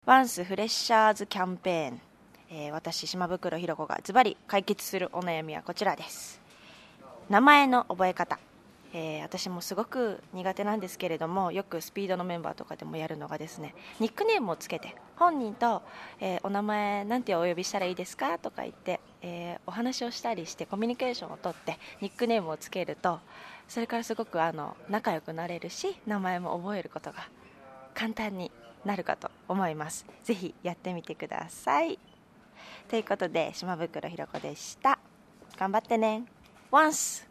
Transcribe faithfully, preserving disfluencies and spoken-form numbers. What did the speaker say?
ワンスフレッシャーズキャンペーン、えー、私島袋ひろ子がズバリ解決するお悩みはこちらです。名前の覚え方、えー、私もすごく苦手なんですけれども、よくスピードのメンバーとかでもやるのがですね、ニックネームをつけて本人と、えー、お名前なんてお呼びしたらいいですかとか言って、えー、お話をしたりしてコミュニケーションをとってニックネームをつけると、それからすごくあの仲良くなれるし、名前も覚えることが簡単になるかと思います。ぜひやってみてください。ということで島袋ひろ子でした。頑張ってね。ワンス